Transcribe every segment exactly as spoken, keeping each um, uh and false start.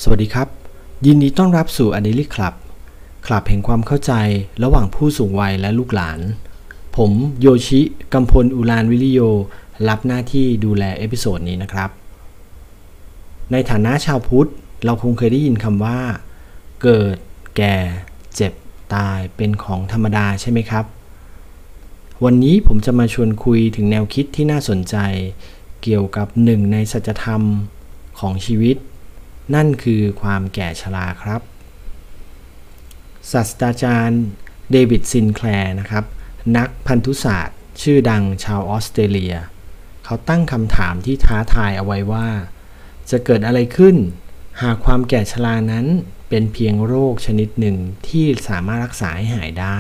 สวัสดีครับยินดีต้อนรับสู่ A Daily Club คลับแห่งความเข้าใจระหว่างผู้สูงวัยและลูกหลานผมโยชิกัมพลอุรานวิริโยรับหน้าที่ดูแลเอพิโซดนี้นะครับในฐานะชาวพุทธเราคงเคยได้ยินคำว่าเกิดแก่เจ็บตายเป็นของธรรมดาใช่ไหมครับวันนี้ผมจะมาชวนคุยถึงแนวคิดที่น่าสนใจเกี่ยวกับหนึ่งในสัจธรรมของชีวิตนั่นคือความแก่ชราครับศาสตราจารย์เดวิดซินแคลร์นะครับนักพันธุศาสตร์ชื่อดังชาวออสเตรเลียเขาตั้งคำถามที่ท้าทายเอาไว้ว่าจะเกิดอะไรขึ้นหากความแก่ชรานั้นเป็นเพียงโรคชนิดหนึ่งที่สามารถรักษาให้หายได้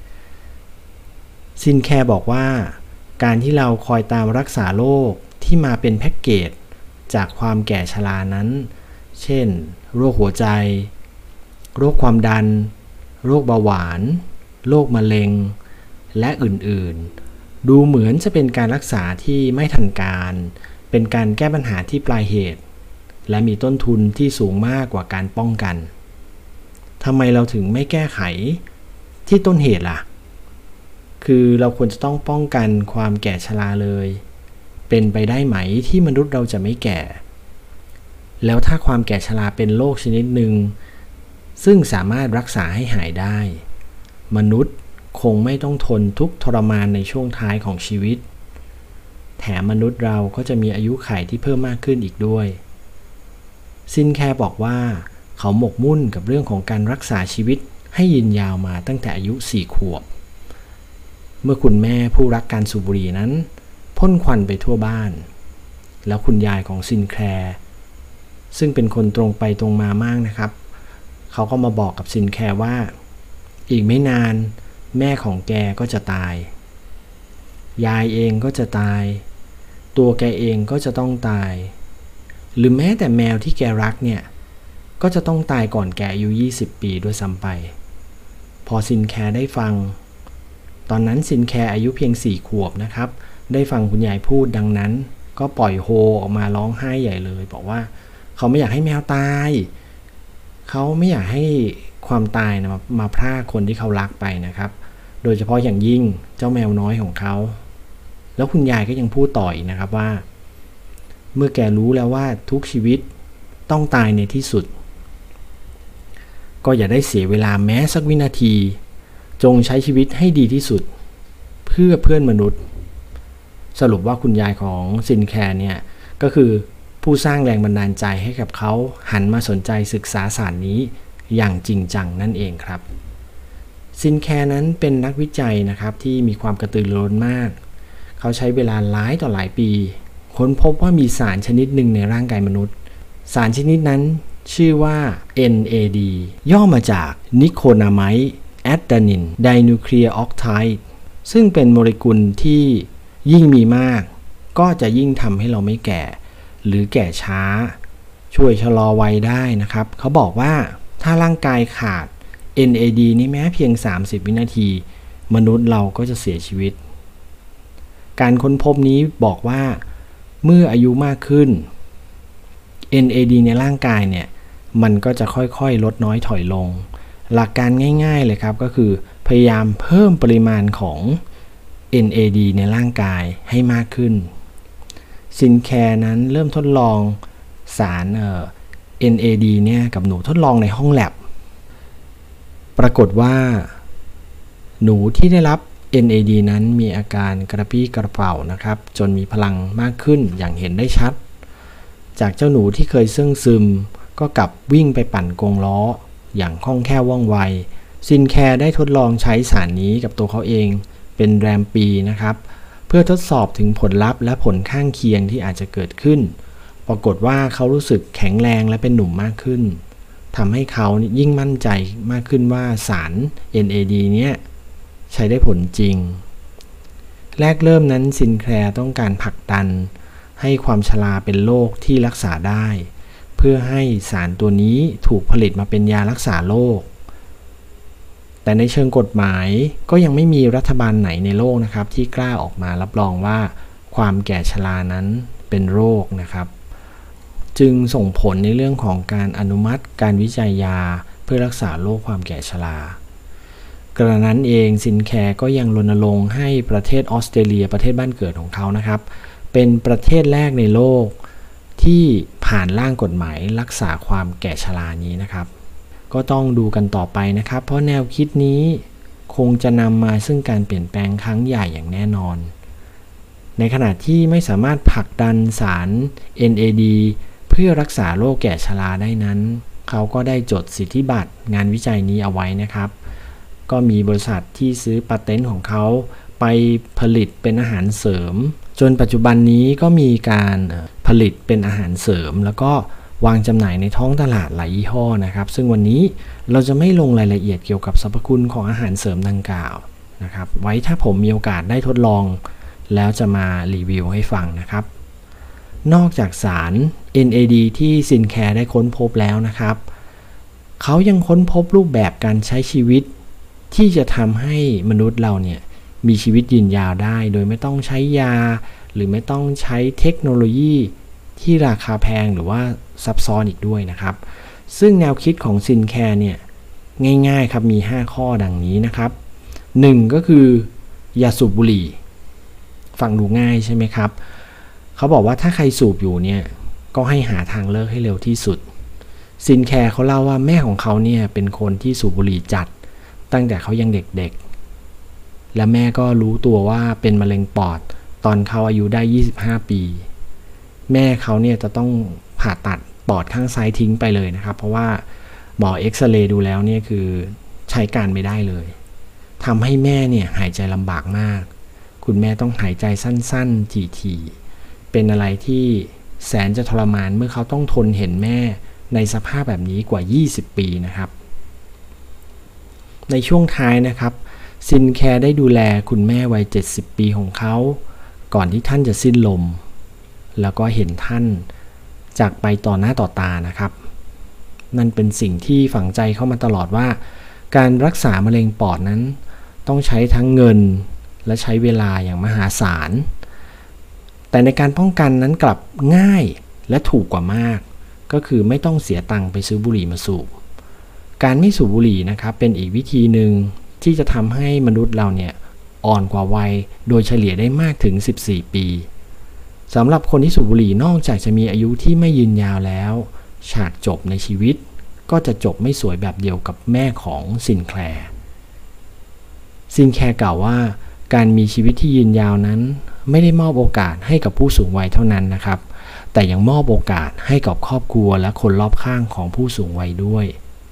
ซินแคลร์บอกว่าการที่เราคอยตามรักษาโรคที่มาเป็นแพ็กเกจจากความแก่ชรานั้นเช่นโรคหัวใจโรคความดันโรคเบาหวานโรคมะเร็งและอื่นๆดูเหมือนจะเป็นการรักษาที่ไม่ทันการเป็นการแก้ปัญหาที่ปลายเหตุและมีต้นทุนที่สูงมากกว่าการป้องกันทำไมเราถึงไม่แก้ไขที่ต้นเหตุล่ะคือเราควรจะต้องป้องกันความแก่ชราเลยเป็นไปได้ไหมที่มนุษย์เราจะไม่แก่แล้วถ้าความแก่ชราเป็นโรคชนิดหนึ่งซึ่งสามารถรักษาให้หายได้มนุษย์คงไม่ต้องทนทุกข์ทรมานในช่วงท้ายของชีวิตแถมมนุษย์เราก็จะมีอายุขัยที่เพิ่มมากขึ้นอีกด้วยซินแคลร์บอกว่าเขาหมกมุ่นกับเรื่องของการรักษาชีวิตให้ยืนยาวมาตั้งแต่อายุสี่ขวบเมื่อคุณแม่ผู้รักการสูบบุหรี่นั้นพ่นควันไปทั่วบ้านแล้วคุณยายของซินแคลร์ซึ่งเป็นคนตรงไปตรงมามากนะครับเขาก็มาบอกกับซินแคลร์ว่าอีกไม่นานแม่ของแกก็จะตายยายเองก็จะตายตัวแกเองก็จะต้องตายหรือแม้แต่แมวที่แกรักเนี่ยก็จะต้องตายก่อนแกอายุยี่สิบปีด้วยซ้ำไปพอซินแคลร์ได้ฟังตอนนั้นซินแคลร์อายุเพียงสี่ขวบนะครับได้ฟังคุณยายพูดดังนั้นก็ปล่อยโฮออกมาร้องไห้ใหญ่เลยบอกว่าเขาไม่อยากให้แมวตายเขาไม่อยากให้ความตายนะมามาพรากคนที่เขารักไปนะครับโดยเฉพาะอย่างยิ่งเจ้าแมวน้อยของเขาแล้วคุณยายก็ยังพูดต่ออีกนะครับว่าเมื่อแกรู้แล้วว่าทุกชีวิตต้องตายในที่สุดก็อย่าได้เสียเวลาแม้สักวินาทีจงใช้ชีวิตให้ดีที่สุดเพื่อเพื่อนมนุษย์สรุปว่าคุณยายของซินแคลร์เนี่ยก็คือผู้สร้างแรงบันดาลใจให้กับเขาหันมาสนใจศึกษาศาสตร์นี้อย่างจริงจังนั่นเองครับซินแคลร์นั้นเป็นนักวิจัยนะครับที่มีความกระตือรือร้นมากเขาใช้เวลาหลายต่อหลายปีค้นพบว่ามีสารชนิดหนึ่งในร่างกายมนุษย์สารชนิดนั้นชื่อว่า เอ็น เอ ดี ย่อมาจาก Nicotinamide Adenine Dinucleotide ซึ่งเป็นโมเลกุลที่ยิ่งมีมากก็จะยิ่งทำให้เราไม่แก่หรือแก่ช้าช่วยชะลอวัยได้นะครับเขาบอกว่าถ้าร่างกายขาด เอ็น เอ ดี นี่แม้เพียงสามสิบวินาทีมนุษย์เราก็จะเสียชีวิตการค้นพบนี้บอกว่าเมื่ออายุมากขึ้น เอ็น เอ ดี ในร่างกายเนี่ยมันก็จะค่อยๆลดน้อยถอยลงหลักการง่ายๆเลยครับก็คือพยายามเพิ่มปริมาณของ เอ็น เอ ดี ในร่างกายให้มากขึ้นซินแคลร์นั้นเริ่มทดลองสารเอ่อ เอ็น เอ ดี เนี่ยกับหนูทดลองในห้องแลบปรากฏว่าหนูที่ได้รับ เอ็น เอ ดี นั้นมีอาการกระปรี้กระเปร่านะครับจนมีพลังมากขึ้นอย่างเห็นได้ชัดจากเจ้าหนูที่เคยซึ่งซึมก็กลับวิ่งไปปั่นกงล้ออย่างคล่องแคล่วว่องไวซินแคลร์ได้ทดลองใช้สารนี้กับตัวเขาเองเป็นแรมปีนะครับเพื่อทดสอบถึงผลลัพธ์และผลข้างเคียงที่อาจจะเกิดขึ้นปรากฏว่าเขารู้สึกแข็งแรงและเป็นหนุ่มมากขึ้นทำให้เขายิ่งมั่นใจมากขึ้นว่าสาร เอ็น เอ ดี เนี่ยใช้ได้ผลจริงแรกเริ่มนั้นซินแคลร์ต้องการผลักดันให้ความชราเป็นโรคที่รักษาได้เพื่อให้สารตัวนี้ถูกผลิตมาเป็นยารักษาโรคแต่ในเชิงกฎหมายก็ยังไม่มีรัฐบาลไหนในโลกนะครับที่กล้าออกมารับรองว่าความแก่ชรานั้นเป็นโรคนะครับจึงส่งผลในเรื่องของการอนุมัติการวิจัยยาเพื่อรักษาโรคความแก่ชรากระนั้นเองซินแคร์ก็ยังรณรงค์ให้ประเทศออสเตรเลียประเทศบ้านเกิดของเขานะครับเป็นประเทศแรกในโลกที่ผ่านร่างกฎหมายรักษาความแก่ชรานี้นะครับก็ต้องดูกันต่อไปนะครับเพราะแนวคิดนี้คงจะนำมาซึ่งการเปลี่ยนแปลงครั้งใหญ่อย่างแน่นอนในขณะที่ไม่สามารถผลักดันสาร เอ็น เอ ดี เพื่อรักษาโรคแก่ชราได้นั้นเขาก็ได้จดสิทธิบัตรงานวิจัยนี้เอาไว้นะครับก็มีบริษัทที่ซื้อพาเทนต์ของเขาไปผลิตเป็นอาหารเสริมจนปัจจุบันนี้ก็มีการผลิตเป็นอาหารเสริมแล้วก็วางจำหน่ายในท้องตลาดหลายยี่ห้อนะครับซึ่งวันนี้เราจะไม่ลงรายละเอียดเกี่ยวกับสรรพคุณของอาหารเสริมดังกล่าวนะครับไว้ถ้าผมมีโอกาสได้ทดลองแล้วจะมารีวิวให้ฟังนะครับนอกจากสาร เอ็น เอ ดี ที่ซินแคร์ได้ค้นพบแล้วนะครับเขายังค้นพบรูปแบบการใช้ชีวิตที่จะทำให้มนุษย์เราเนี่ยมีชีวิตยืนยาวได้โดยไม่ต้องใช้ยาหรือไม่ต้องใช้เทคโนโลยีที่ราคาแพงหรือว่าซับซ้อนอีกด้วยนะครับซึ่งแนวคิดของซินแคร์เนี่ยง่ายๆครับมีห้าข้อดังนี้นะครับหนึ่งก็คืออย่าสูบบุหรี่ฟังดูง่ายใช่ไหมครับเขาบอกว่าถ้าใครสูบอยู่เนี่ยก็ให้หาทางเลิกให้เร็วที่สุดซินแคร์เขาเล่าว่าแม่ของเขาเนี่ยเป็นคนที่สูบบุหรี่จัดตั้งแต่เขายังเด็กๆและแม่ก็รู้ตัวว่าเป็นมะเร็งปอดตอนเขาอายุได้ยี่สิบห้าปีแม่เขาเนี่ยจะต้องผ่าตัดปอดข้างซ้ายทิ้งไปเลยนะครับเพราะว่าหมอเอ็กซเรย์ดูแล้วเนี่ยคือใช้การไม่ได้เลยทำให้แม่เนี่ยหายใจลำบากมากคุณแม่ต้องหายใจสั้นๆถี่ๆเป็นอะไรที่แสนจะทรมานเมื่อเขาต้องทนเห็นแม่ในสภาพแบบนี้กว่ายี่สิบปีนะครับในช่วงท้ายนะครับซินแคร์ได้ดูแลคุณแม่วัยเจ็ดสิบปีของเขาก่อนที่ท่านจะสิ้นลมแล้วก็เห็นท่านจากไปต่อหน้าต่อตานะครับนั่นเป็นสิ่งที่ฝังใจเข้ามาตลอดว่าการรักษามะเร็งปอดนั้นต้องใช้ทั้งเงินและใช้เวลาอย่างมหาศาลแต่ในการป้องกันนั้นกลับง่ายและถูกกว่ามากก็คือไม่ต้องเสียตังค์ไปซื้อบุหรี่มาสูบการไม่สูบบุหรี่นะครับเป็นอีกวิธีหนึ่งที่จะทำให้มนุษย์เราเนี่ยอ่อนกว่าวัยโดยเฉลี่ยได้มากถึงสิบสี่ปีสำหรับคนที่สูบบุหรี่นอกจากจะมีอายุที่ไม่ยืนยาวแล้วฉากจบในชีวิตก็จะจบไม่สวยแบบเดียวกับแม่ของซินแคร์ซินแคร์กล่าวว่าการมีชีวิตที่ยืนยาวนั้นไม่ได้มอบโอกาสให้กับผู้สูงวัยเท่านั้นนะครับแต่ยังมอบโอกาสให้กับครอบครัวและคนรอบข้างของผู้สูงวัยด้วย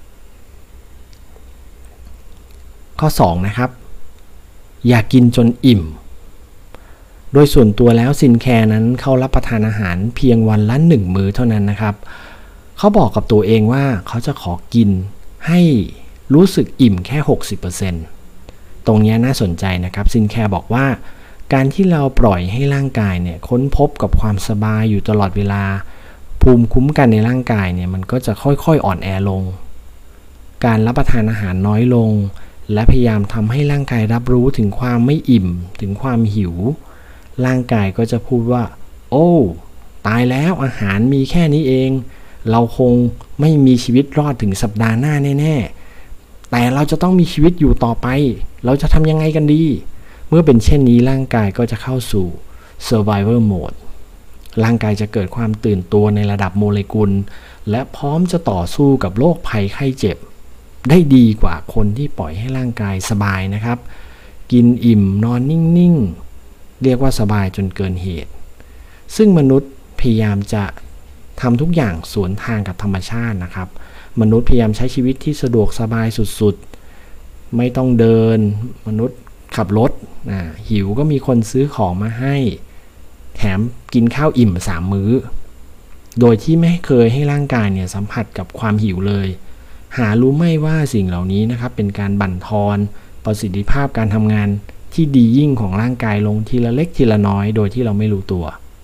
ข้อสองนะครับอย่ากินจนอิ่มโดยส่วนตัวแล้วซินแคร์นั้นเขารับประทานอาหารเพียงวันละหนึ่งมื้อเท่านั้นนะครับเขาบอกกับตัวเองว่าเขาจะขอกินให้รู้สึกอิ่มแค่ หกสิบเปอร์เซ็นต์ ตรงนี้น่าสนใจนะครับซินแคร์บอกว่าการที่เราปล่อยให้ร่างกายเนี่ยค้นพบกับความสบายอยู่ตลอดเวลาภูมิคุ้มกันในร่างกายเนี่ยมันก็จะค่อยๆอ่อนแอลงการรับประทานอาหารน้อยลงและพยายามทำให้ร่างกายรับรู้ถึงความไม่อิ่มถึงความหิวร่างกายก็จะพูดว่าโอ้ตายแล้วอาหารมีแค่นี้เองเราคงไม่มีชีวิตรอดถึงสัปดาห์หน้าแน่ๆแต่เราจะต้องมีชีวิตอยู่ต่อไปเราจะทำยังไงกันดีเมื่อเป็นเช่นนี้ร่างกายก็จะเข้าสู่ survival mode ร่างกายจะเกิดความตื่นตัวในระดับโมเลกุลและพร้อมจะต่อสู้กับโรคภัยไข้เจ็บได้ดีกว่าคนที่ปล่อยให้ร่างกายสบายนะครับกินอิ่มนอนนิ่งๆเรียกว่าสบายจนเกินเหตุซึ่งมนุษย์พยายามจะทำทุกอย่างสวนทางกับธรรมชาตินะครับมนุษย์พยายามใช้ชีวิตที่สะดวกสบายสุดๆไม่ต้องเดินมนุษย์ขับรถอ่าหิวก็มีคนซื้อของมาให้แถมกินข้าวอิ่มสามมื้อโดยที่ไม่เคยให้ร่างกายเนี่ยสัมผัสกับความหิวเลยหารู้ไหมว่าสิ่งเหล่านี้นะครับเป็นการบั่นทอนประสิทธิภาพการทำงานที่ดียิ่งของร่างกายลงทีละเล็กทีละน้อยโดยที่เราไม่รู้ตัว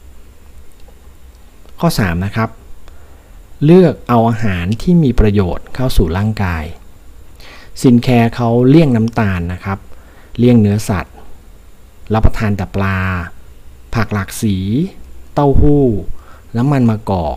ข้อสามนะครับเลือกเอาอาหารที่มีประโยชน์เข้าสู่ร่างกายซินแคร์เขาเลี่ยงน้ำตาลนะครับเลี่ยงเนื้อสัตว์รับประทานแต่ปลาผักหลากสีเต้าหู้น้ำมันมะกอก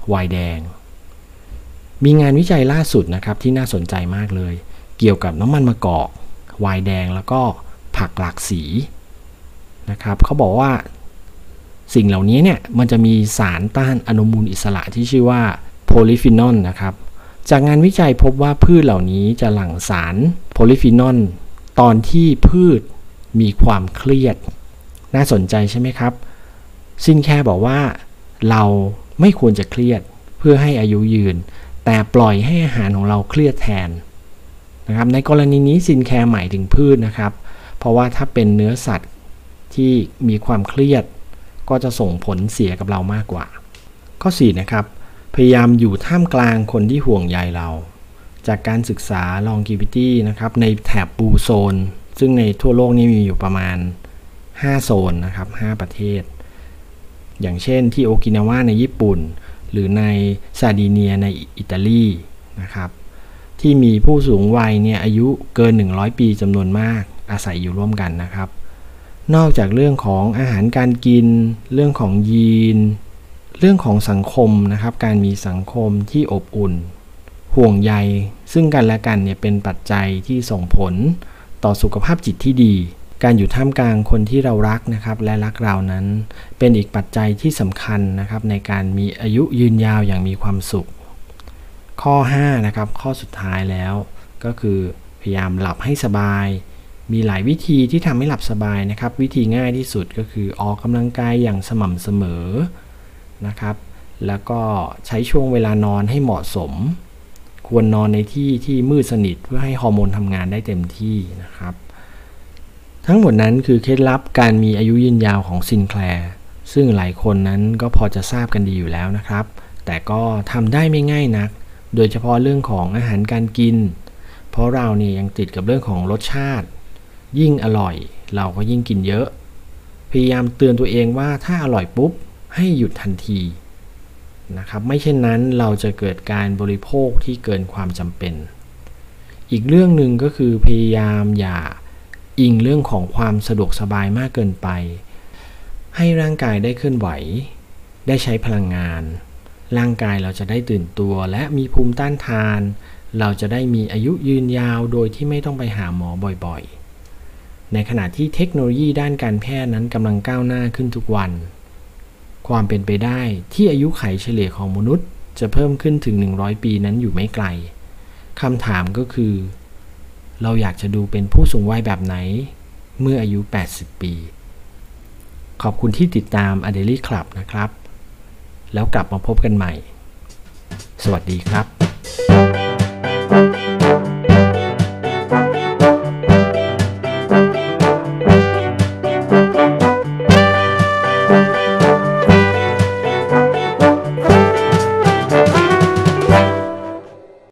ไวน์แดงมีงานวิจัยล่าสุดนะครับที่น่าสนใจมากเลยเกี่ยวกับน้ำมันมะกอกไวน์แดงแล้วก็ผักหลากสีนะครับเขาบอกว่าสิ่งเหล่านี้เนี่ยมันจะมีสารต้านอนุมูลอิสระที่ชื่อว่าโพลีฟีนอลนะครับจากงานวิจัยพบว่าพืชเหล่านี้จะหลั่งสารโพลีฟีนอลตอนที่พืชมีความเครียดน่าสนใจใช่ไหมครับซินแคร์บอกว่าเราไม่ควรจะเครียดเพื่อให้อายุยืนแต่ปล่อยให้อาหารของเราเครียดแทนนะครับในกรณีนี้ซินแคร์หมายถึงพืชนะครับเพราะว่าถ้าเป็นเนื้อสัตว์ที่มีความเครียดก็จะส่งผลเสียกับเรามากกว่าข้อสี่นะครับพยายามอยู่ท่ามกลางคนที่ห่วงใยเราจากการศึกษา longevity นะครับในแถบบูโซนซึ่งในทั่วโลกนี้มีอยู่ประมาณห้าโซนนะครับห้าประเทศอย่างเช่นที่โอกินาวาในญี่ปุ่นหรือในซาร์ดิเนียในอิตาลีนะครับที่มีผู้สูงวัยเนี่ยอายุเกินหนึ่งร้อยปีจำนวนมากอาศัยอยู่ร่วมกันนะครับนอกจากเรื่องของอาหารการกินเรื่องของยีนเรื่องของสังคมนะครับการมีสังคมที่อบอุ่นห่วงใยซึ่งกันและกันเนี่ยเป็นปัจจัยที่ส่งผลต่อสุขภาพจิตที่ดีการอยู่ท่ามกลางคนที่เรารักนะครับและรักเรานั้นเป็นอีกปัจจัยที่สำคัญนะครับในการมีอายุยืนยาวอย่างมีความสุขข้อห้านะครับข้อสุดท้ายแล้วก็คือพยายามหลับให้สบายมีหลายวิธีที่ทำให้หลับสบายนะครับวิธีง่ายที่สุดก็คือออกกำลังกายอย่างสม่ำเสมอนะครับแล้วก็ใช้ช่วงเวลานอนให้เหมาะสมควรนอนในที่ที่มืดสนิทเพื่อให้ฮอร์โมนทำงานได้เต็มที่นะครับทั้งหมดนั้นคือเคล็ดลับการมีอายุยืนยาวของซินแคลร์ซึ่งหลายคนนั้นก็พอจะทราบกันดีอยู่แล้วนะครับแต่ก็ทำได้ไม่ง่ายนักโดยเฉพาะเรื่องของอาหารการกินเพราะเราเนี่ยยังติดกับเรื่องของรสชาติยิ่งอร่อยเราก็ยิ่งกินเยอะพยายามเตือนตัวเองว่าถ้าอร่อยปุ๊บให้หยุดทันทีนะครับไม่เช่นนั้นเราจะเกิดการบริโภคที่เกินความจำเป็นอีกเรื่องหนึ่งก็คือพยายามอย่าอิงเรื่องของความสะดวกสบายมากเกินไปให้ร่างกายได้เคลื่อนไหวได้ใช้พลังงานร่างกายเราจะได้ตื่นตัวและมีภูมิต้านทานเราจะได้มีอายุยืนยาวโดยที่ไม่ต้องไปหาหมอบ่อยๆในขณะที่เทคโนโลยีด้านการแพทย์นั้นกำลังก้าวหน้าขึ้นทุกวันความเป็นไปได้ที่อายุขัยเฉลี่ยของมนุษย์จะเพิ่มขึ้นถึงหนึ่งร้อยปีนั้นอยู่ไม่ไกลคำถามก็คือเราอยากจะดูเป็นผู้สูงวัยแบบไหนเมื่ออายุแปดสิบปีขอบคุณที่ติดตาม A Daily Club นะครับแล้วกลับมาพบกันใหม่สวัสดีครับ